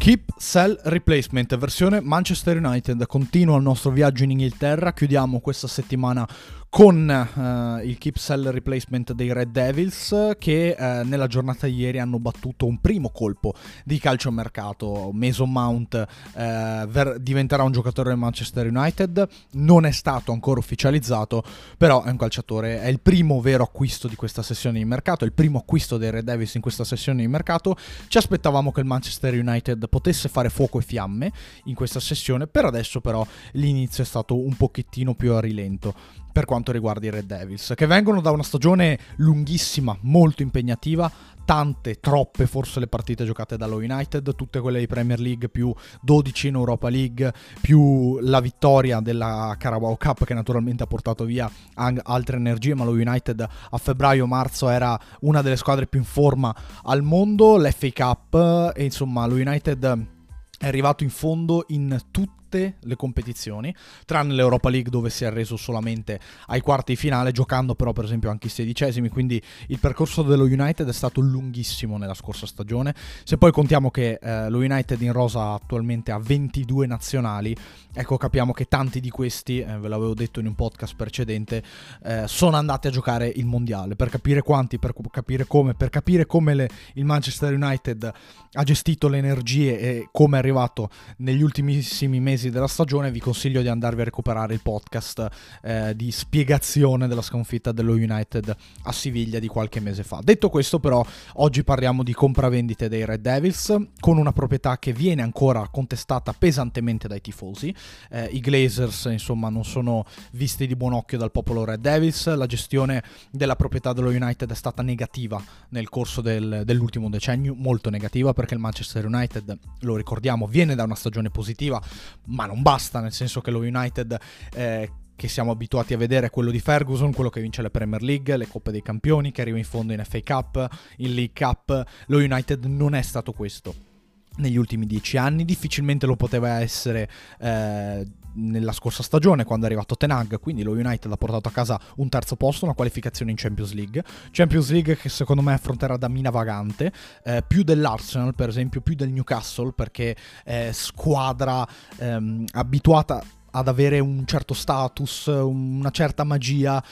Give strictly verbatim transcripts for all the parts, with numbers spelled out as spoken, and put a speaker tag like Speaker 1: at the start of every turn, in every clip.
Speaker 1: Keep, Sell, Replacement, versione Manchester United. Continua il nostro viaggio in Inghilterra. Chiudiamo questa settimana con uh, il Keep, Sell, Replacement dei Red Devils, che uh, nella giornata di ieri hanno battuto un primo colpo di calciomercato. Mason Mount uh, ver- diventerà un giocatore del Manchester United. Non è stato ancora ufficializzato, però è un calciatore, è il primo vero acquisto di questa sessione di mercato, è il primo acquisto dei Red Devils in questa sessione di mercato. Ci aspettavamo che il Manchester United potesse fare fuoco e fiamme in questa sessione. Per adesso però l'inizio è stato un pochettino più a rilento per quanto riguarda i Red Devils, che vengono da una stagione lunghissima, molto impegnativa, tante, troppe forse le partite giocate dallo United, tutte quelle di Premier League, più dodici in Europa League, più la vittoria della Carabao Cup, che naturalmente ha portato via anche altre energie, ma lo United a febbraio-marzo era una delle squadre più in forma al mondo, l'F A Cup, e insomma lo United è arrivato in fondo in tutte le competizioni, tranne l'Europa League dove si è arreso solamente ai quarti di finale, giocando però per esempio anche i sedicesimi, quindi il percorso dello United è stato lunghissimo nella scorsa stagione. Se poi contiamo che eh, lo United in rosa attualmente ha ventidue nazionali, ecco, capiamo che tanti di questi, eh, ve l'avevo detto in un podcast precedente, eh, sono andati a giocare il mondiale. Per capire quanti, per capire come, per capire come le, il Manchester United ha gestito le energie e come è arrivato negli ultimissimi mesi della stagione, vi consiglio di andarvi a recuperare il podcast eh, di spiegazione della sconfitta dello United a Siviglia di qualche mese fa. Detto questo, però, oggi parliamo di compravendite dei Red Devils, con una proprietà che viene ancora contestata pesantemente dai tifosi. Eh, i Glazers, insomma, non sono visti di buon occhio dal popolo Red Devils. La gestione della proprietà dello United è stata negativa nel corso del, dell'ultimo decennio, molto negativa, perché il Manchester United, lo ricordiamo, viene da una stagione positiva, ma non basta, nel senso che lo United eh, che siamo abituati a vedere è quello di Ferguson, quello che vince la Premier League, le Coppe dei Campioni, che arriva in fondo in F A Cup, in League Cup. Lo United non è stato questo negli ultimi dieci anni, difficilmente lo poteva essere eh, nella scorsa stagione quando è arrivato Ten Hag, quindi lo United ha portato a casa un terzo posto, una qualificazione in Champions League, Champions League che secondo me affronterà da mina vagante, eh, più dell'Arsenal per esempio, più del Newcastle, perché è squadra ehm, abituata ad avere un certo status, una certa magia,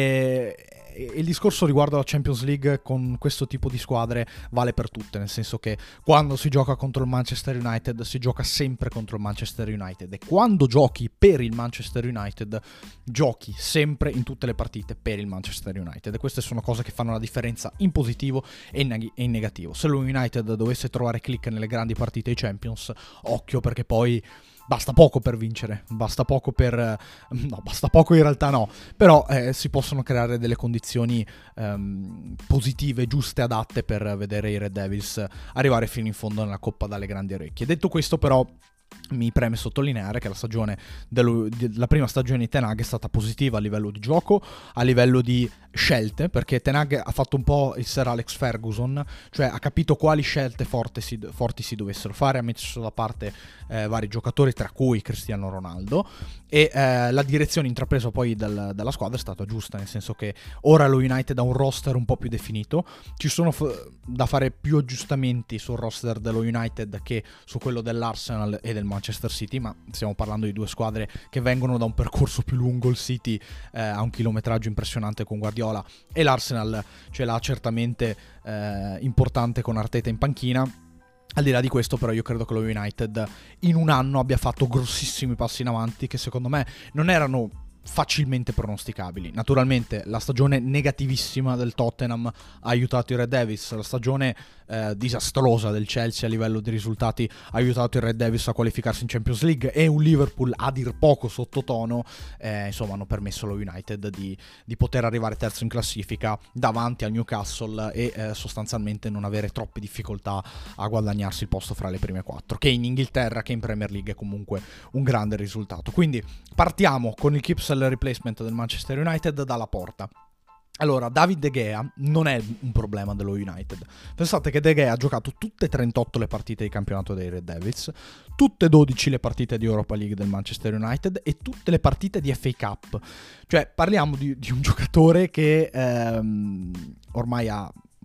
Speaker 1: e il discorso riguardo alla Champions League con questo tipo di squadre vale per tutte, nel senso che quando si gioca contro il Manchester United si gioca sempre contro il Manchester United, e quando giochi per il Manchester United giochi sempre in tutte le partite per il Manchester United, e queste sono cose che fanno la differenza in positivo e in, neg- e in negativo. Se lo United dovesse trovare click nelle grandi partite di Champions, occhio, perché poi basta poco per vincere, basta poco per... no, basta poco in realtà no, però eh, si possono creare delle condizioni ehm, positive, giuste, adatte per vedere i Red Devils arrivare fino in fondo nella Coppa dalle grandi orecchie. Detto questo, però, mi preme sottolineare che la stagione dello, la prima stagione di Ten Hag è stata positiva a livello di gioco, a livello di scelte, perché Ten Hag ha fatto un po' il Sir Alex Ferguson, cioè ha capito quali scelte forti si, forti si dovessero fare, ha messo da parte eh, vari giocatori, tra cui Cristiano Ronaldo, e eh, la direzione intrapresa poi dal, dalla squadra è stata giusta, nel senso che ora lo United ha un roster un po' più definito, ci sono f- da fare più aggiustamenti sul roster dello United che su quello dell'Arsenal e del Manchester City, ma stiamo parlando di due squadre che vengono da un percorso più lungo. Il City eh, ha un chilometraggio impressionante con Guardiola, e l'Arsenal ce l'ha certamente eh, importante con Arteta in panchina. Al di là di questo, però, io credo che lo United in un anno abbia fatto grossissimi passi in avanti che secondo me non erano facilmente pronosticabili. Naturalmente la stagione negativissima del Tottenham ha aiutato i Red Devils, la stagione eh, disastrosa del Chelsea a livello di risultati ha aiutato i Red Devils a qualificarsi in Champions League, e un Liverpool a dir poco sottotono eh, insomma hanno permesso allo United di, di poter arrivare terzo in classifica davanti al Newcastle e eh, sostanzialmente non avere troppe difficoltà a guadagnarsi il posto fra le prime quattro, che in Inghilterra, che in Premier League è comunque un grande risultato. Quindi partiamo con il Keep, Sell, Replacement del Manchester United dalla porta. Allora, David De Gea non è un problema dello United. Pensate che De Gea ha giocato tutte e trentotto le partite di campionato dei Red Devils, tutte e dodici le partite di Europa League del Manchester United e tutte le partite di F A Cup. Cioè, parliamo di, di un giocatore che ehm, ormai ha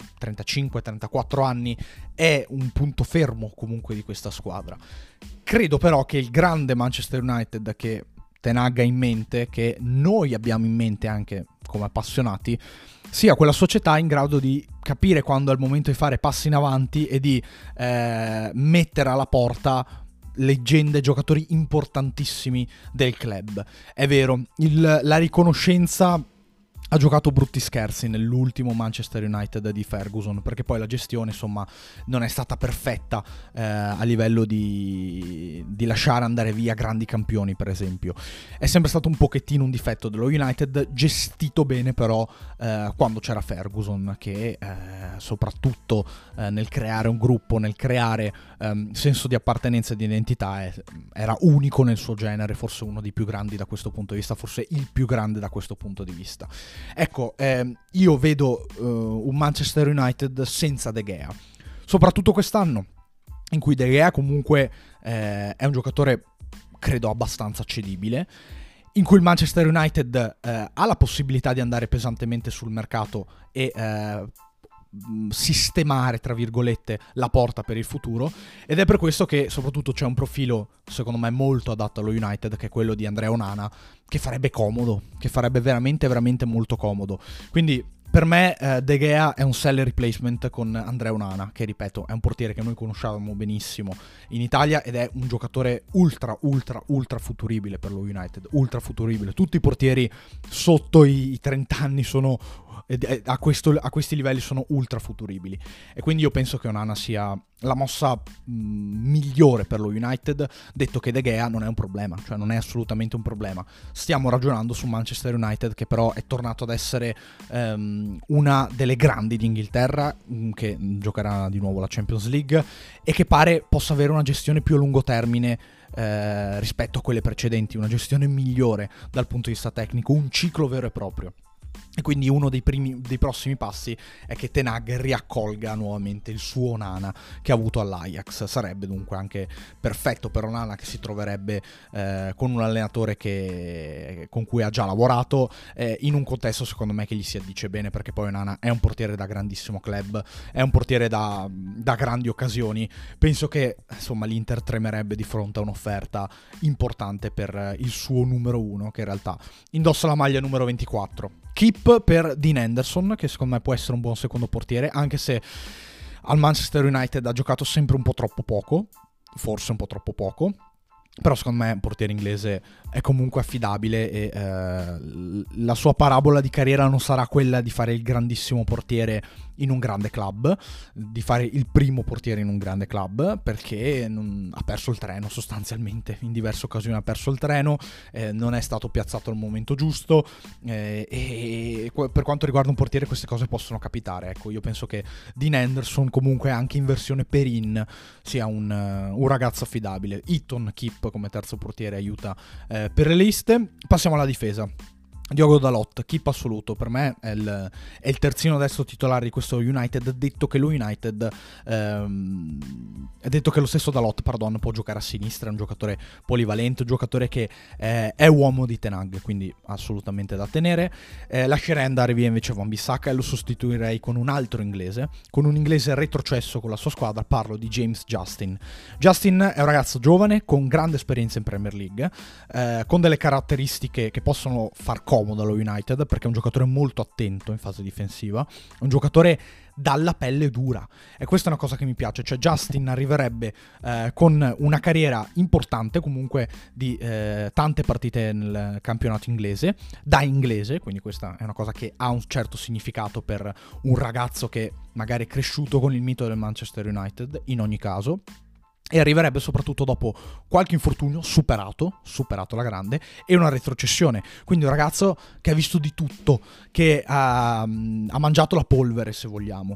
Speaker 1: trentacinque trentaquattro anni, è un punto fermo comunque di questa squadra. Credo però che il grande Manchester United che Ten Hag ha in mente, che noi abbiamo in mente anche come appassionati, sia quella società in grado di capire quando è il momento di fare passi in avanti e di eh, mettere alla porta leggende, giocatori importantissimi del club. È vero, il, la riconoscenza ha giocato brutti scherzi nell'ultimo Manchester United di Ferguson, perché poi la gestione insomma non è stata perfetta eh, a livello di, di lasciare andare via grandi campioni, per esempio. È sempre stato un pochettino un difetto dello United, gestito bene però eh, quando c'era Ferguson, che eh, soprattutto eh, nel creare un gruppo, nel creare eh, senso di appartenenza e di identità è, era unico nel suo genere, forse uno dei più grandi da questo punto di vista, forse il più grande da questo punto di vista. Ecco, eh, io vedo uh, un Manchester United senza De Gea, soprattutto quest'anno, in cui De Gea comunque eh, è un giocatore, credo, abbastanza cedibile, in cui il Manchester United eh, ha la possibilità di andare pesantemente sul mercato e eh, sistemare, tra virgolette, la porta per il futuro, ed è per questo che soprattutto c'è un profilo secondo me molto adatto allo United, che è quello di Andrea Onana, che farebbe comodo, che farebbe veramente veramente molto comodo. Quindi per me eh, De Gea è un seller replacement con Andrea Onana, che ripeto è un portiere che noi conosciamo benissimo in Italia ed è un giocatore ultra ultra ultra futuribile per lo United, ultra futuribile. Tutti i portieri sotto i, i trenta anni sono A, questo, a questi livelli sono ultra futuribili, e quindi io penso che Onana sia la mossa mh, migliore per lo United, detto che De Gea non è un problema, cioè non è assolutamente un problema. Stiamo ragionando su Manchester United, che però è tornato ad essere um, una delle grandi d'Inghilterra, mh, che giocherà di nuovo la Champions League e che pare possa avere una gestione più a lungo termine eh, rispetto a quelle precedenti, una gestione migliore dal punto di vista tecnico, un ciclo vero e proprio. E quindi uno dei, primi, dei prossimi passi è che Ten Hag riaccolga nuovamente il suo Onana che ha avuto all'Ajax. Sarebbe dunque anche perfetto per Onana, che si troverebbe eh, con un allenatore che, con cui ha già lavorato, eh, in un contesto secondo me che gli si addice bene, perché poi Onana è un portiere da grandissimo club, è un portiere da, da grandi occasioni. Penso che insomma l'Inter tremerebbe di fronte a un'offerta importante per il suo numero uno, che in realtà indossa la maglia numero ventiquattro. Keep per Dean Henderson, che secondo me può essere un buon secondo portiere, anche se al Manchester United ha giocato sempre un po' troppo poco, forse un po' troppo poco, però secondo me un portiere inglese è comunque affidabile e eh, la sua parabola di carriera non sarà quella di fare il grandissimo portiere in un grande club, di fare il primo portiere in un grande club, perché non, ha perso il treno sostanzialmente, in diverse occasioni ha perso il treno, eh, non è stato piazzato al momento giusto, eh, e per quanto riguarda un portiere queste cose possono capitare. Ecco, io penso che Dean Henderson comunque anche in versione Perin sia un, uh, un ragazzo affidabile. Eaton Keep come terzo portiere aiuta eh, per le liste. Passiamo alla difesa. Diogo Dalot, keep assoluto, per me è il, è il terzino destro titolare di questo United, detto che lo United ehm, è detto che lo stesso Dalot, pardon, può giocare a sinistra, è un giocatore polivalente, un giocatore che eh, è uomo di Ten Hag, quindi assolutamente da tenere. Eh, lascerei andare via invece Wan-Bissaka e lo sostituirei con un altro inglese, con un inglese retrocesso con la sua squadra, parlo di James Justin. Justin è un ragazzo giovane, con grande esperienza in Premier League, eh, con delle caratteristiche che possono far comodo allo United, perché è un giocatore molto attento in fase difensiva, un giocatore dalla pelle dura, e questa è una cosa che mi piace. Cioè Justin arriverebbe eh, con una carriera importante comunque di eh, tante partite nel campionato inglese da inglese, quindi questa è una cosa che ha un certo significato per un ragazzo che magari è cresciuto con il mito del Manchester United in ogni caso, e arriverebbe soprattutto dopo qualche infortunio superato, superato alla grande, e una retrocessione. Quindi un ragazzo che ha visto di tutto, che ha, ha mangiato la polvere, se vogliamo,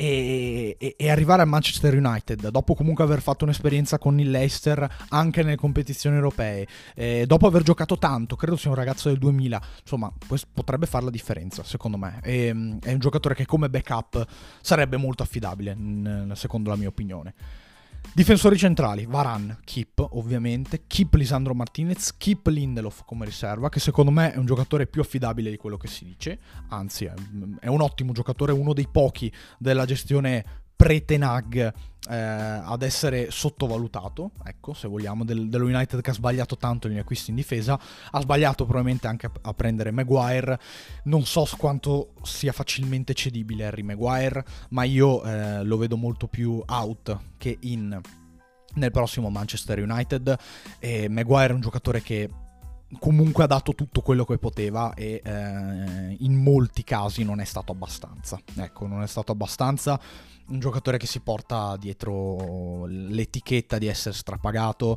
Speaker 1: e, e, e arrivare al Manchester United, dopo comunque aver fatto un'esperienza con il Leicester anche nelle competizioni europee, e dopo aver giocato tanto, credo sia un ragazzo del duemila, insomma, questo potrebbe fare la differenza, secondo me. E, è un giocatore che come backup sarebbe molto affidabile, secondo la mia opinione. Difensori centrali, Varane, keep ovviamente, keep Lisandro Martinez, keep Lindelof come riserva, che secondo me è un giocatore più affidabile di quello che si dice, anzi è, è un ottimo giocatore, uno dei pochi della gestione pre-Ten Hag eh, ad essere sottovalutato, ecco, se vogliamo, del, dello United, che ha sbagliato tanto negli acquisti in difesa, ha sbagliato probabilmente anche a, a prendere Maguire. Non so quanto sia facilmente cedibile Harry Maguire, ma io eh, lo vedo molto più out che in nel prossimo Manchester United, e Maguire è un giocatore che comunque ha dato tutto quello che poteva e eh, in molti casi non è stato abbastanza, ecco, non è stato abbastanza. Un giocatore che si porta dietro l'etichetta di essere strapagato,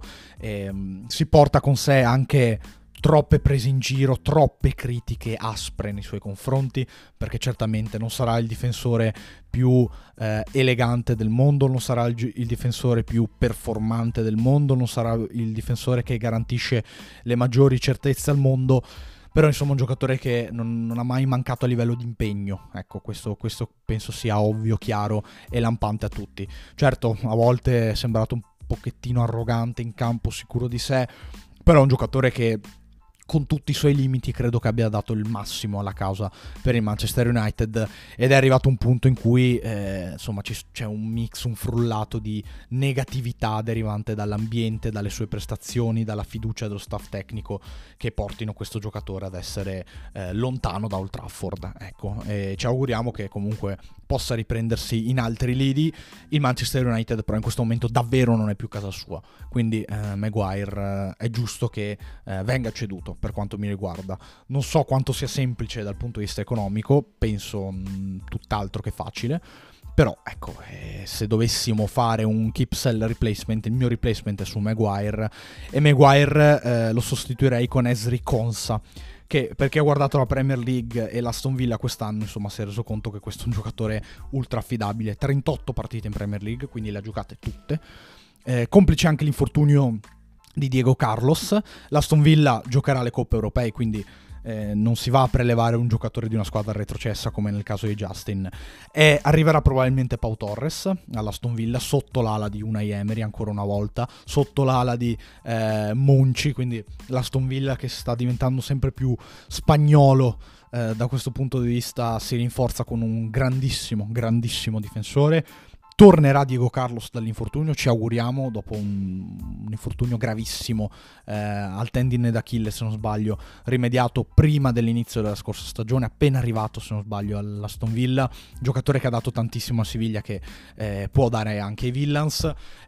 Speaker 1: e, si porta con sé anche troppe prese in giro, troppe critiche aspre nei suoi confronti, perché certamente non sarà il difensore più eh, elegante del mondo, non sarà il, il difensore più performante del mondo, non sarà il difensore che garantisce le maggiori certezze al mondo, però insomma un giocatore che non, non ha mai mancato a livello di impegno, ecco, questo, questo penso sia ovvio, chiaro e lampante a tutti. Certo, a volte è sembrato un pochettino arrogante in campo, sicuro di sé, però è un giocatore che con tutti i suoi limiti credo che abbia dato il massimo alla causa per il Manchester United, ed è arrivato un punto in cui eh, insomma ci, c'è un mix, un frullato di negatività derivante dall'ambiente, dalle sue prestazioni, dalla fiducia dello staff tecnico, che portino questo giocatore ad essere eh, lontano da Old Trafford, ecco, e ci auguriamo che comunque possa riprendersi in altri lidi. Il Manchester United però in questo momento davvero non è più casa sua, quindi eh, Maguire eh, è giusto che eh, venga ceduto per quanto mi riguarda. Non so quanto sia semplice dal punto di vista economico, penso mh, tutt'altro che facile, però ecco, eh, se dovessimo fare un keep sell replacement, il mio replacement è su Maguire, e Maguire eh, lo sostituirei con Ezri Konsa, che perché ha guardato la Premier League e l'Aston Villa quest'anno, insomma si è reso conto che questo è un giocatore ultra affidabile. Trentotto partite in Premier League, quindi le ha giocate tutte, eh, complice anche l'infortunio di Diego Carlos. L'Aston Villa giocherà le coppe europee, quindi eh, non si va a prelevare un giocatore di una squadra retrocessa come nel caso di Justin, e arriverà probabilmente Pau Torres all'Aston Villa sotto l'ala di Unai Emery, ancora una volta sotto l'ala di eh, Monchi, quindi l'Aston Villa, che sta diventando sempre più spagnolo eh, da questo punto di vista, si rinforza con un grandissimo grandissimo difensore. Tornerà Diego Carlos dall'infortunio, ci auguriamo, dopo un, un infortunio gravissimo eh, al tendine d'Achille, se non sbaglio, rimediato prima dell'inizio della scorsa stagione, appena arrivato, se non sbaglio, all'Aston Villa. Giocatore che ha dato tantissimo a Siviglia, che eh, può dare anche ai Villans,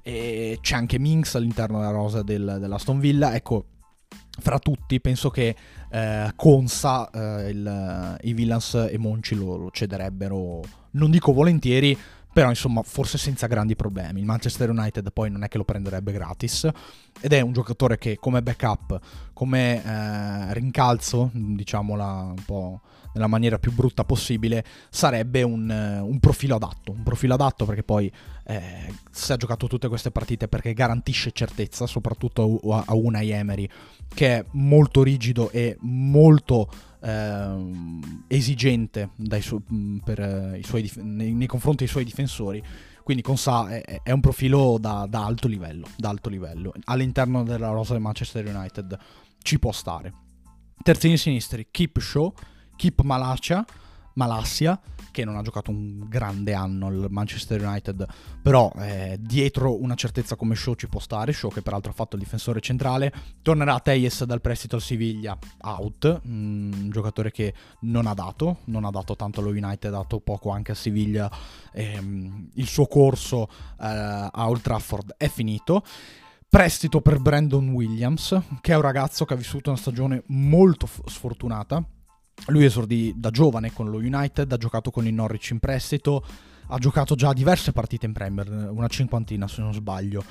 Speaker 1: e c'è anche Minks all'interno della rosa del, dell'Aston Villa. Ecco, fra tutti penso che eh, Konsa, eh, il, i Villans e Monchi lo, lo cederebbero, non dico volentieri, però insomma forse senza grandi problemi. Il Manchester United poi non è che lo prenderebbe gratis, ed è un giocatore che come backup, come eh, rincalzo, diciamola un po' nella maniera più brutta possibile, sarebbe un, un profilo adatto, un profilo adatto perché poi eh, si è giocato tutte queste partite perché garantisce certezza, soprattutto a, a Unai Emery, che è molto rigido e molto eh, esigente dai su- per, eh, i suoi dif- nei, nei confronti dei suoi difensori. Quindi Konsa è, è un profilo da, da alto livello, da alto livello. All'interno della rosa del Manchester United ci può stare. Terzini sinistri, Keep Shaw, Keep Malacia, Malassia, che non ha giocato un grande anno al Manchester United, però eh, dietro una certezza come Shaw ci può stare. Shaw, che peraltro ha fatto il difensore centrale. Tornerà Telles dal prestito al Siviglia, out, mm, un giocatore che non ha dato, non ha dato tanto allo United, ha dato poco anche a Siviglia, ehm, il suo corso eh, a Old Trafford è finito. Prestito per Brandon Williams, che è un ragazzo che ha vissuto una stagione molto f- sfortunata. Lui esordì da giovane con lo United, ha giocato con il Norwich in prestito, ha giocato già diverse partite in Premier, una cinquantina se non sbaglio,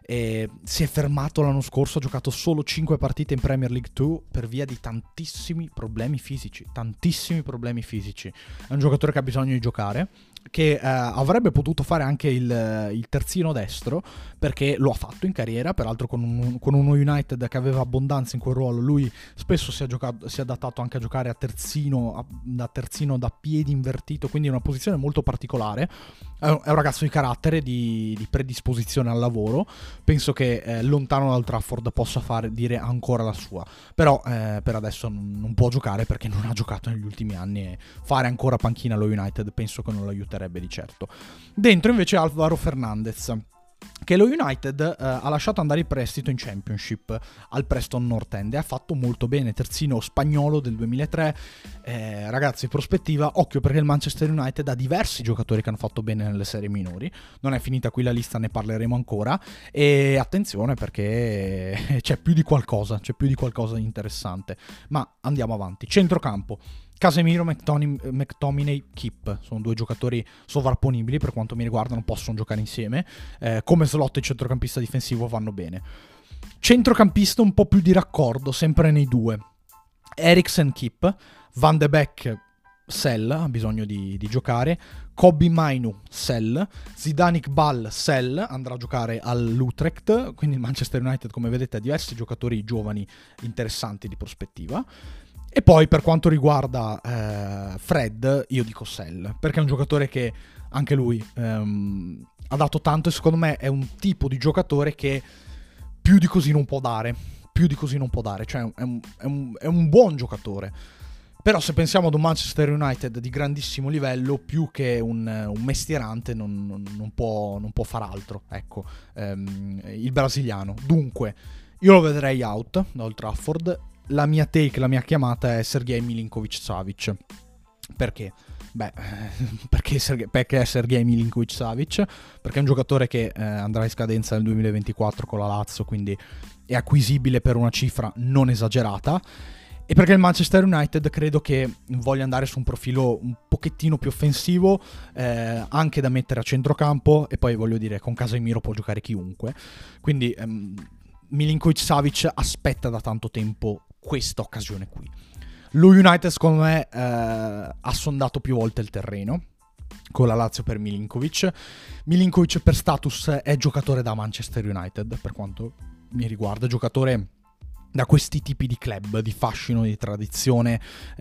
Speaker 1: E si è fermato l'anno scorso, ha giocato solo cinque partite in Premier League due per via di tantissimi problemi fisici, tantissimi problemi fisici. È un giocatore che ha bisogno di giocare, che eh, avrebbe potuto fare anche il, il terzino destro, perché lo ha fatto in carriera, peraltro con, un, con uno United che aveva abbondanza in quel ruolo. Lui spesso si è, giocato, si è adattato anche a giocare a terzino, a, da terzino da piedi invertito, quindi è una posizione molto particolare. È un, è un ragazzo di carattere, di, di predisposizione al lavoro. Penso che eh, lontano dal Trafford possa fare, dire ancora la sua, però eh, per adesso non, non può giocare perché non ha giocato negli ultimi anni, e fare ancora panchina allo United penso che non lo aiuterebbe di certo. Dentro invece Álvaro Fernández, che lo United eh, ha lasciato andare in prestito in Championship al Preston North End e ha fatto molto bene, terzino spagnolo del duemilatré. Eh, ragazzi, prospettiva, occhio, perché il Manchester United ha diversi giocatori che hanno fatto bene nelle serie minori. Non è finita qui la lista, ne parleremo ancora, e attenzione perché c'è più di qualcosa, c'è più di qualcosa di interessante. Ma andiamo avanti. Centrocampo: Casemiro, McTominay, McTominay, Keep. Sono due giocatori sovrapponibili per quanto mi riguarda, non possono giocare insieme. Eh, come slot e centrocampista difensivo vanno bene. Centrocampista un po' più di raccordo, sempre nei due: Eriksen, Keep. Van de Beek, Sell, ha bisogno di, di giocare. Kobbie Mainoo, Sell. Zidane Iqbal, Sell, andrà a giocare all'Utrecht. Quindi il Manchester United, come vedete, ha diversi giocatori giovani interessanti di prospettiva. E poi per quanto riguarda eh, Fred, io dico Sell, perché è un giocatore che anche lui ehm, ha dato tanto, e secondo me è un tipo di giocatore che più di così non può dare, più di così non può dare, cioè è un, è un, è un buon giocatore. Però se pensiamo ad un Manchester United di grandissimo livello, più che un, un mestierante non, non, non, può, non può far altro, ecco, ehm, il brasiliano. Dunque, io lo vedrei out da Old Trafford. La mia take, la mia chiamata è Sergej Milinkovic-Savic. Perché? Beh, perché, Sergej, perché Sergej Milinkovic-Savic? Perché è un giocatore che eh, andrà in scadenza nel duemilaventiquattro con la Lazio, quindi è acquisibile per una cifra non esagerata. E perché il Manchester United credo che voglia andare su un profilo un pochettino più offensivo, eh, anche da mettere a centrocampo, e poi voglio dire, con Casemiro può giocare chiunque. Quindi ehm, Milinkovic-Savic aspetta da tanto tempo questa occasione qui. Lo United secondo me eh, ha sondato più volte il terreno con la Lazio per Milinkovic. Milinkovic per status è giocatore da Manchester United, per quanto mi riguarda, giocatore da questi tipi di club, di fascino, di tradizione,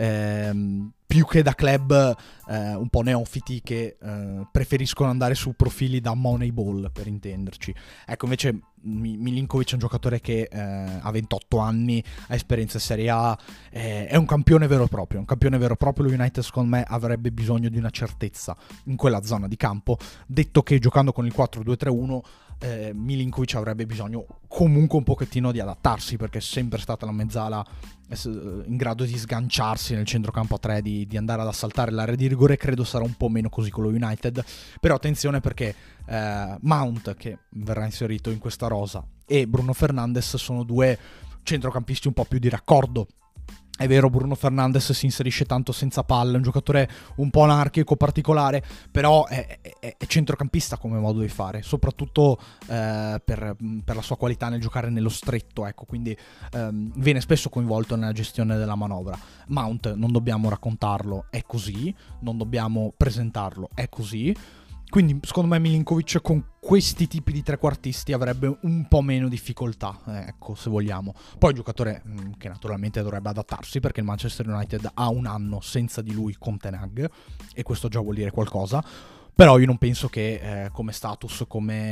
Speaker 1: ehm, più che da club eh, un po' neofiti che eh, preferiscono andare su profili da Moneyball, per intenderci. Ecco, invece Milinkovic è un giocatore che eh, ha ventotto anni, ha esperienza in Serie A, eh, è un campione vero e proprio, un campione vero e proprio. Lo United secondo me avrebbe bisogno di una certezza in quella zona di campo, detto che giocando con il quattro due tre uno eh, Milinkovic avrebbe bisogno comunque un pochettino di adattarsi, perché è sempre stata la mezzala in grado di sganciarsi nel centrocampo a tre, di, di andare ad assaltare l'area di rigore. Credo sarà un po' meno così con lo United, però attenzione perché eh, Mount, che verrà inserito in questa rosa, e Bruno Fernandes sono due centrocampisti un po' più di raccordo. È vero, Bruno Fernandes si inserisce tanto senza palla, è un giocatore un po' anarchico, particolare, però è, è, è centrocampista come modo di fare, soprattutto eh, per, per la sua qualità nel giocare nello stretto, ecco, quindi ehm, viene spesso coinvolto nella gestione della manovra. Mount, non dobbiamo raccontarlo, è così, non dobbiamo presentarlo, è così. Quindi secondo me Milinkovic con questi tipi di trequartisti avrebbe un po' meno difficoltà, eh, ecco, se vogliamo. Poi un giocatore mh, che naturalmente dovrebbe adattarsi, perché il Manchester United ha un anno senza di lui con Ten Hag, e questo già vuol dire qualcosa. Però io non penso che eh, come status,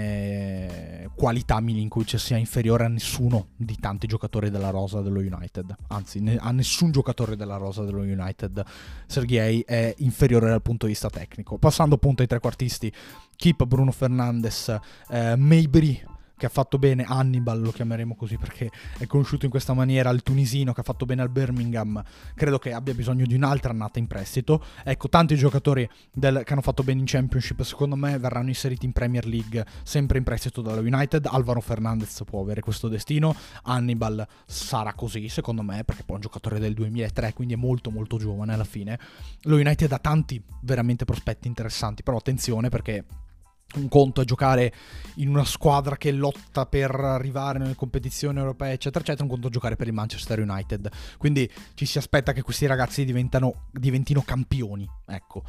Speaker 1: come qualità, Milinkovic sia inferiore a nessuno di tanti giocatori della rosa dello United. Anzi, ne- a nessun giocatore della rosa dello United Sergej è inferiore dal punto di vista tecnico. Passando appunto ai trequartisti: Keep, Bruno Fernandes, eh, Mejbri, che ha fatto bene, Hannibal lo chiameremo così perché è conosciuto in questa maniera, il tunisino che ha fatto bene al Birmingham, credo che abbia bisogno di un'altra annata in prestito. Ecco, tanti giocatori del, che hanno fatto bene in Championship secondo me verranno inseriti in Premier League sempre in prestito dalla United. Álvaro Fernández può avere questo destino, Hannibal sarà così secondo me, perché poi è un giocatore del duemilatré, quindi è molto molto giovane alla fine. Lo United ha tanti veramente prospetti interessanti, però attenzione perché Un conto è giocare in una squadra che lotta per arrivare nelle competizioni europee, eccetera, eccetera. Un conto è giocare per il Manchester United. Quindi ci si aspetta che questi ragazzi diventano, diventino campioni, ecco.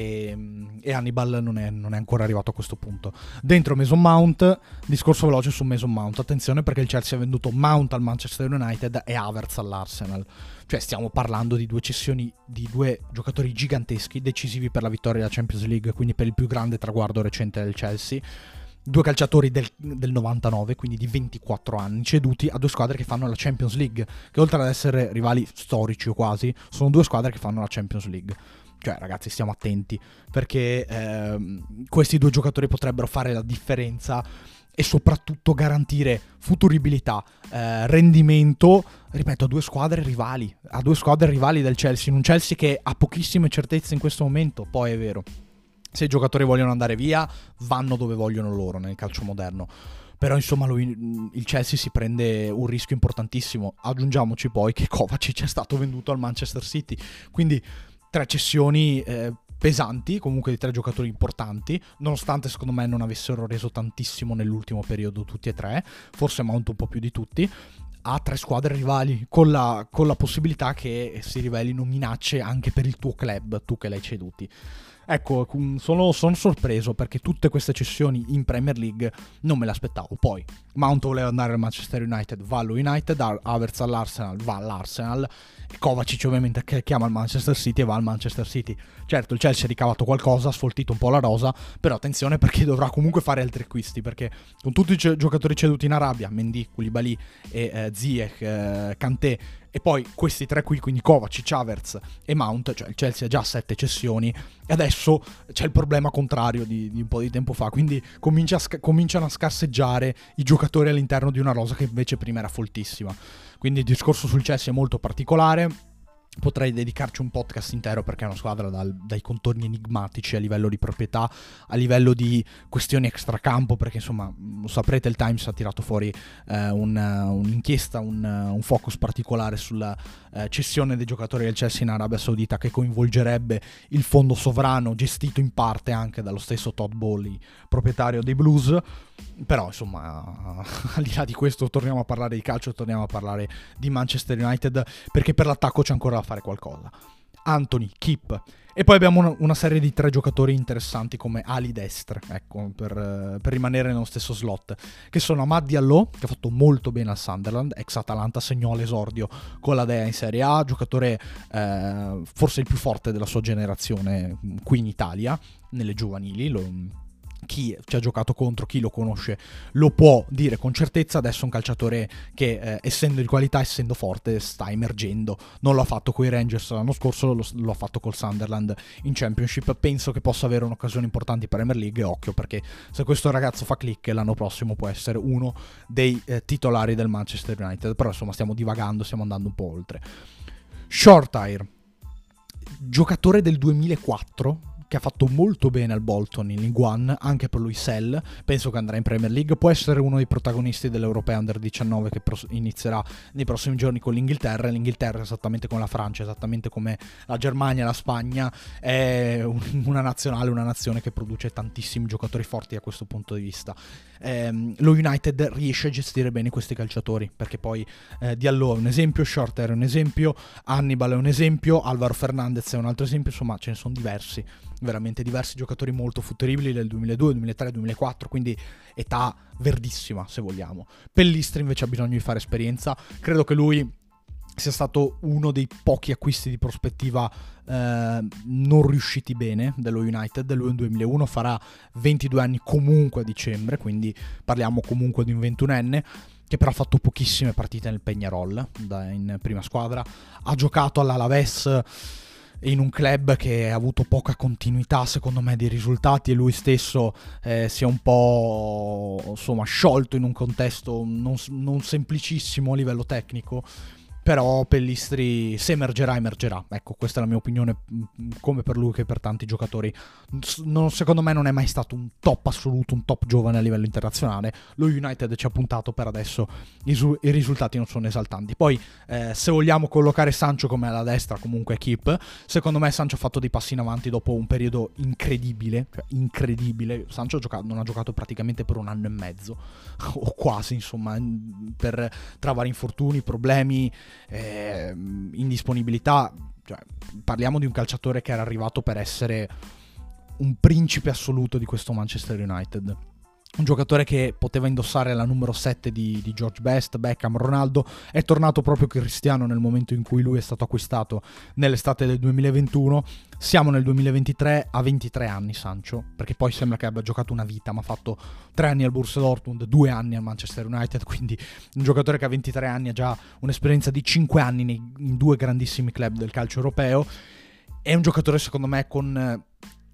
Speaker 1: E, e Hannibal non è, non è ancora arrivato a questo punto. Dentro Mason Mount, discorso veloce su Mason Mount. Attenzione, perché il Chelsea ha venduto Mount al Manchester United e Havertz all'Arsenal. Cioè stiamo parlando di due cessioni di due giocatori giganteschi, decisivi per la vittoria della Champions League, quindi per il più grande traguardo recente del Chelsea. Due calciatori del, del novantanove, quindi di ventiquattro anni, ceduti a due squadre che fanno la Champions League, che oltre ad essere rivali storici o quasi, sono due squadre che fanno la Champions League. Cioè ragazzi, stiamo attenti, perché ehm, questi due giocatori potrebbero fare la differenza e soprattutto garantire futuribilità, eh, rendimento, ripeto, a due squadre rivali, a due squadre rivali del Chelsea, in un Chelsea che ha pochissime certezze in questo momento. Poi è vero, se i giocatori vogliono andare via, vanno dove vogliono loro nel calcio moderno. Però insomma lui, il Chelsea si prende un rischio importantissimo. Aggiungiamoci poi che Kovacic è stato venduto al Manchester City, quindi tre cessioni eh, pesanti, comunque di tre giocatori importanti, nonostante secondo me non avessero reso tantissimo nell'ultimo periodo tutti e tre, forse Mount un po' più di tutti, a tre squadre rivali, con la, con la possibilità che si rivelino minacce anche per il tuo club, tu che l'hai ceduti. Ecco, sono, sono sorpreso perché tutte queste cessioni in Premier League non me le aspettavo. Poi Mount voleva andare al Manchester United, va allo United, Havertz all'Arsenal, va all'Arsenal, e Kovacic ovviamente che chiama il Manchester City e va al Manchester City. Certo, il Chelsea ha ricavato qualcosa, ha sfoltito un po' la rosa, però attenzione perché dovrà comunque fare altri acquisti, perché con tutti i c- giocatori ceduti in Arabia, Mendy, Koulibaly e eh, Ziyech, eh, Kanté, e poi questi tre qui, quindi Kovacic, Havertz e Mount, cioè il Chelsea ha già sette cessioni e adesso c'è il problema contrario di, di un po' di tempo fa, quindi comincia a sca- cominciano a scarseggiare i giocatori all'interno di una rosa che invece prima era foltissima. Quindi il discorso sul Chelsea è molto particolare. Potrei dedicarci un podcast intero perché è una squadra dal, dai contorni enigmatici a livello di proprietà, a livello di questioni extracampo, perché insomma lo saprete, il Times ha tirato fuori eh, un, un'inchiesta, un, un focus particolare sulla eh, cessione dei giocatori del Chelsea in Arabia Saudita, che coinvolgerebbe il fondo sovrano gestito in parte anche dallo stesso Todd Bowley, proprietario dei Blues. Però insomma, al di là di questo, torniamo a parlare di calcio, torniamo a parlare di Manchester United, perché per l'attacco c'è ancora da fare qualcosa. Anthony, Keep, e poi abbiamo una, una serie di tre giocatori interessanti come ali destre, ecco, per, per rimanere nello stesso slot, che sono Amad Diallo, che ha fatto molto bene al Sunderland, ex Atalanta, segnò l'esordio con la Dea in Serie A, giocatore eh, forse il più forte della sua generazione qui in Italia, nelle giovanili. Lo, chi ci ha giocato contro, chi lo conosce, lo può dire con certezza. Adesso è un calciatore che eh, essendo di qualità, essendo forte, sta emergendo. Non lo ha fatto coi Rangers l'anno scorso, lo, lo ha fatto col Sunderland in Championship. Penso che possa avere un'occasione importante in Premier League, occhio, perché se questo ragazzo fa click l'anno prossimo può essere uno dei eh, titolari del Manchester United. Però insomma stiamo divagando, stiamo andando un po' oltre. Shortire, giocatore del duemilaquattro, che ha fatto molto bene al Bolton in League One, anche per lui Sell, penso che andrà in Premier League, può essere uno dei protagonisti dell'Europea Under diciannove che pros- inizierà nei prossimi giorni con l'Inghilterra. L'Inghilterra, esattamente come la Francia, esattamente come la Germania, la Spagna, è un- una nazionale, una nazione che produce tantissimi giocatori forti da questo punto di vista. Eh, lo United riesce a gestire bene questi calciatori, perché poi eh, Diallo è un esempio, Shorter è un esempio, Hannibal è un esempio, Alvaro Fernandez è un altro esempio, insomma ce ne sono diversi, veramente diversi giocatori molto futuribili del duemiladue, duemilatré, duemilaquattro, quindi età verdissima se vogliamo. Pellistri invece ha bisogno di fare esperienza, credo che lui sia stato uno dei pochi acquisti di prospettiva eh, non riusciti bene dello United. Lui nel duemilauno farà ventidue anni comunque a dicembre, quindi parliamo comunque di un ventunenne che però ha fatto pochissime partite nel Peñarol da, in prima squadra, ha giocato all'Alaves in un club che ha avuto poca continuità secondo me di risultati, e lui stesso eh, si è un po' insomma sciolto in un contesto non, non semplicissimo a livello tecnico. Però Pellistri, se emergerà, emergerà. Ecco, questa è la mia opinione, come per lui che per tanti giocatori. Non, secondo me non è mai stato un top assoluto, un top giovane a livello internazionale. Lo United ci ha puntato, per adesso i, su- i risultati non sono esaltanti. Poi, eh, se vogliamo collocare Sancho come alla destra, comunque keep, secondo me Sancho ha fatto dei passi in avanti dopo un periodo incredibile, cioè incredibile. Sancho ha giocato, non ha giocato praticamente per un anno e mezzo, o quasi, insomma, per, tra vari infortuni, problemi, Eh, indisponibilità, cioè, parliamo di un calciatore che era arrivato per essere un principe assoluto di questo Manchester United, un giocatore che poteva indossare la numero sette di, di George Best, Beckham, Ronaldo. È tornato proprio Cristiano nel momento in cui lui è stato acquistato nell'estate del duemilaventuno. Siamo nel duemilaventitré, ha ventitré anni Sancho, perché poi sembra che abbia giocato una vita, ma ha fatto tre anni al Borussia Dortmund, due anni al Manchester United, quindi un giocatore che a ventitré anni ha già un'esperienza di cinque anni nei, in due grandissimi club del calcio europeo. È un giocatore secondo me con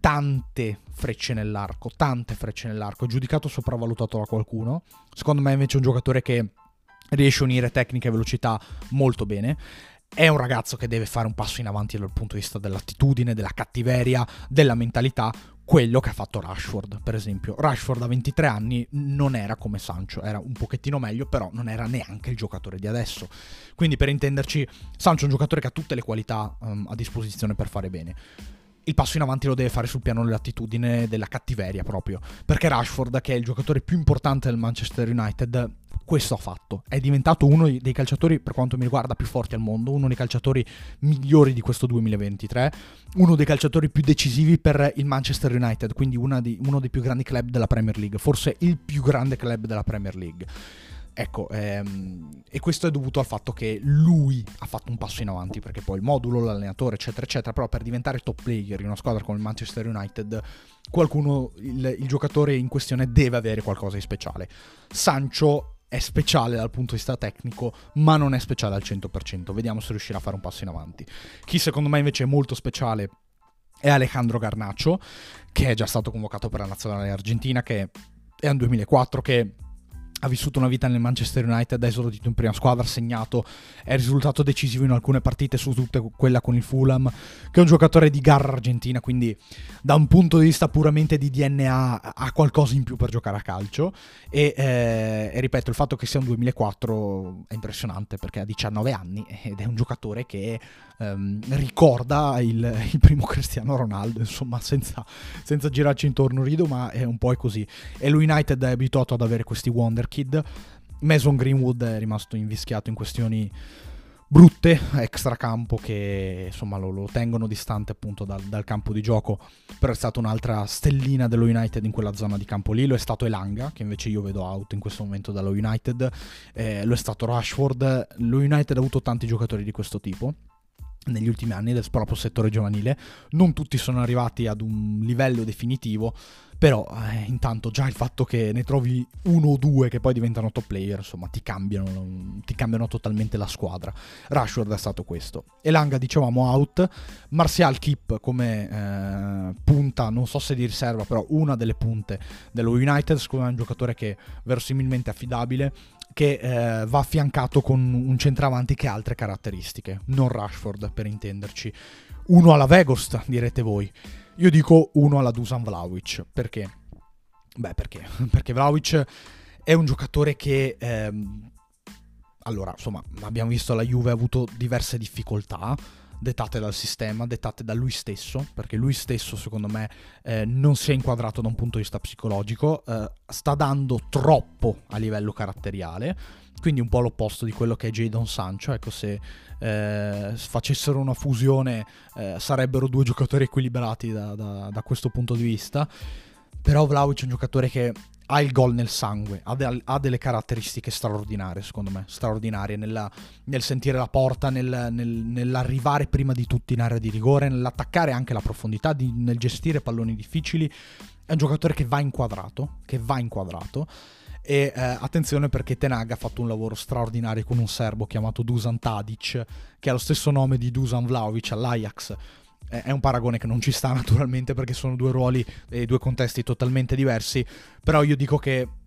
Speaker 1: tante frecce nell'arco, tante frecce nell'arco, è giudicato sopravvalutato da qualcuno. Secondo me invece è un giocatore che riesce a unire tecnica e velocità molto bene. È un ragazzo che deve fare un passo in avanti dal punto di vista dell'attitudine, della cattiveria, della mentalità, quello che ha fatto Rashford, per esempio. Rashford a ventitré anni non era come Sancho, era un pochettino meglio, però non era neanche il giocatore di adesso. Quindi, per intenderci, Sancho è un giocatore che ha tutte le qualità um, a disposizione per fare bene. Il passo in avanti lo deve fare sul piano dell'attitudine, della cattiveria proprio, perché Rashford, che è il giocatore più importante del Manchester United, questo ha fatto. È diventato uno dei calciatori, per quanto mi riguarda, più forti al mondo, uno dei calciatori migliori di questo duemilaventitré, uno dei calciatori più decisivi per il Manchester United, quindi una di, uno dei più grandi club della Premier League, forse il più grande club della Premier League. Ecco, ehm, e questo è dovuto al fatto che lui ha fatto un passo in avanti, perché poi il modulo, l'allenatore, eccetera, eccetera, però per diventare top player in una squadra come il Manchester United, qualcuno, il, il giocatore in questione deve avere qualcosa di speciale. Sancho è speciale dal punto di vista tecnico, ma non è speciale al cento per cento. Vediamo se riuscirà a fare un passo in avanti. Chi secondo me invece è molto speciale è Alejandro Garnacho, che è già stato convocato per la nazionale argentina, che è un duemilaquattro, che ha vissuto una vita nel Manchester United, ha esordito in prima squadra, ha segnato, è risultato decisivo in alcune partite, su tutte quella con il Fulham, che è un giocatore di garra argentina, quindi da un punto di vista puramente di D N A ha qualcosa in più per giocare a calcio. E, eh, e ripeto, il fatto che sia un duemilaquattro è impressionante, perché ha diciannove anni ed è un giocatore che ehm, ricorda il, il primo Cristiano Ronaldo, insomma, senza, senza girarci intorno. Rido, ma è un po' così. E lo United è abituato ad avere questi wonder kid. Mason Greenwood è rimasto invischiato in questioni brutte extracampo che insomma lo, lo tengono distante appunto dal, dal campo di gioco, però è stata un'altra stellina dello United in quella zona di campo lì. Lo è stato Elanga, che invece io vedo out in questo momento dallo United, eh, lo è stato Rashford. Lo United ha avuto tanti giocatori di questo tipo negli ultimi anni del proprio settore giovanile, non tutti sono arrivati ad un livello definitivo, però eh, intanto già il fatto che ne trovi uno o due che poi diventano top player, insomma, ti cambiano, ti cambiano totalmente la squadra. Rashford è stato questo. Elanga, dicevamo, out. Martial keep come eh, punta, non so se di riserva, però una delle punte dello United. Secondo me è un giocatore che verosimilmente affidabile, che eh, va affiancato con un centravanti che ha altre caratteristiche, non Rashford, per intenderci. Uno alla Weghorst, direte voi. Io dico uno alla Dusan Vlahovic. Perché? Beh, perché? Perché Vlahovic è un giocatore che... Ehm, allora, insomma, abbiamo visto la Juve ha avuto diverse difficoltà, dettate dal sistema, dettate da lui stesso, perché lui stesso secondo me eh, non si è inquadrato da un punto di vista psicologico, eh, sta dando troppo a livello caratteriale, quindi un po' l'opposto di quello che è Jadon Sancho. Ecco, se eh, facessero una fusione eh, sarebbero due giocatori equilibrati da, da, da questo punto di vista. Però Vlahovic è un giocatore che ha il gol nel sangue, ha, de- ha delle caratteristiche straordinarie, secondo me, straordinarie nella, nel sentire la porta, nel, nel, nell'arrivare prima di tutti in area di rigore, nell'attaccare anche la profondità, di, nel gestire palloni difficili. È un giocatore che va inquadrato, che va inquadrato. E eh, attenzione, perché Ten Hag ha fatto un lavoro straordinario con un serbo chiamato Dusan Tadic, che ha lo stesso nome di Dusan Vlahovic all'Ajax. È un paragone che non ci sta naturalmente, perché sono due ruoli e due contesti totalmente diversi, però io dico che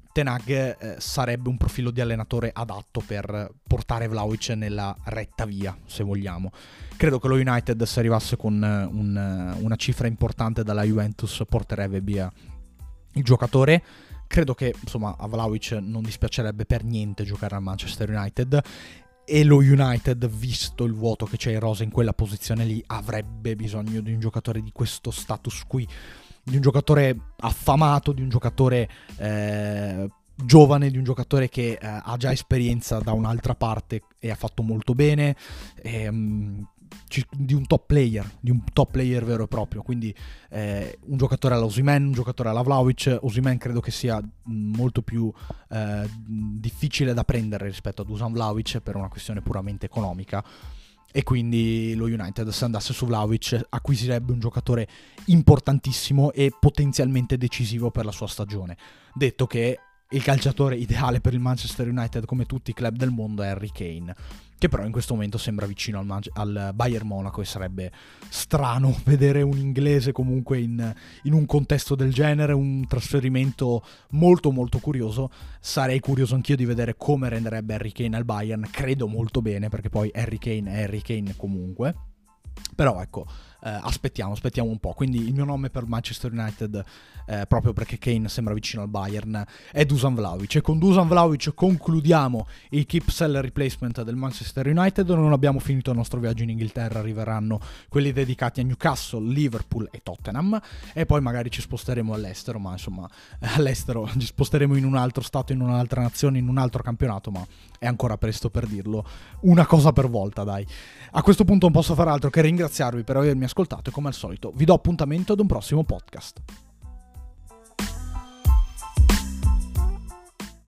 Speaker 1: Ten Hag eh, sarebbe un profilo di allenatore adatto per portare Vlahovic nella retta via, se vogliamo. Credo che lo United, se arrivasse con un, una cifra importante dalla Juventus, porterebbe via il giocatore. Credo che, insomma, a Vlahovic non dispiacerebbe per niente giocare al Manchester United, e lo United, visto il vuoto che c'è in rosa in quella posizione lì, avrebbe bisogno di un giocatore di questo status qui, di un giocatore affamato, di un giocatore eh, giovane, di un giocatore che eh, ha già esperienza da un'altra parte e ha fatto molto bene, ehm, di un top player, di un top player vero e proprio. Quindi eh, un giocatore alla Osimhen, un giocatore alla Vlahovic. Osimhen credo che sia molto più eh, difficile da prendere rispetto ad Dusan Vlahovic per una questione puramente economica, e quindi lo United, se andasse su Vlahovic, acquisirebbe un giocatore importantissimo e potenzialmente decisivo per la sua stagione. Detto che il calciatore ideale per il Manchester United, come tutti i club del mondo, è Harry Kane, che però in questo momento sembra vicino al, Man- al Bayern Monaco, e sarebbe strano vedere un inglese comunque in, in un contesto del genere, un trasferimento molto molto curioso. Sarei curioso anch'io di vedere come renderebbe Harry Kane al Bayern. Credo molto bene, perché poi Harry Kane è Harry Kane comunque. Però ecco, eh, aspettiamo, aspettiamo un po'. Quindi il mio nome per Manchester United, eh, proprio perché Kane sembra vicino al Bayern, è Dusan Vlahovic. E con Dusan Vlahovic concludiamo il keep sell replacement del Manchester United. Non abbiamo finito il nostro viaggio in Inghilterra, arriveranno quelli dedicati a Newcastle, Liverpool e Tottenham, e poi magari ci sposteremo all'estero, ma insomma all'estero ci sposteremo in un altro stato, in un'altra nazione, in un altro campionato, ma è ancora presto per dirlo. Una cosa per volta, dai. A questo punto non posso fare altro che ringraziarvi per avermi ascoltato, e come al solito vi do appuntamento ad un prossimo podcast.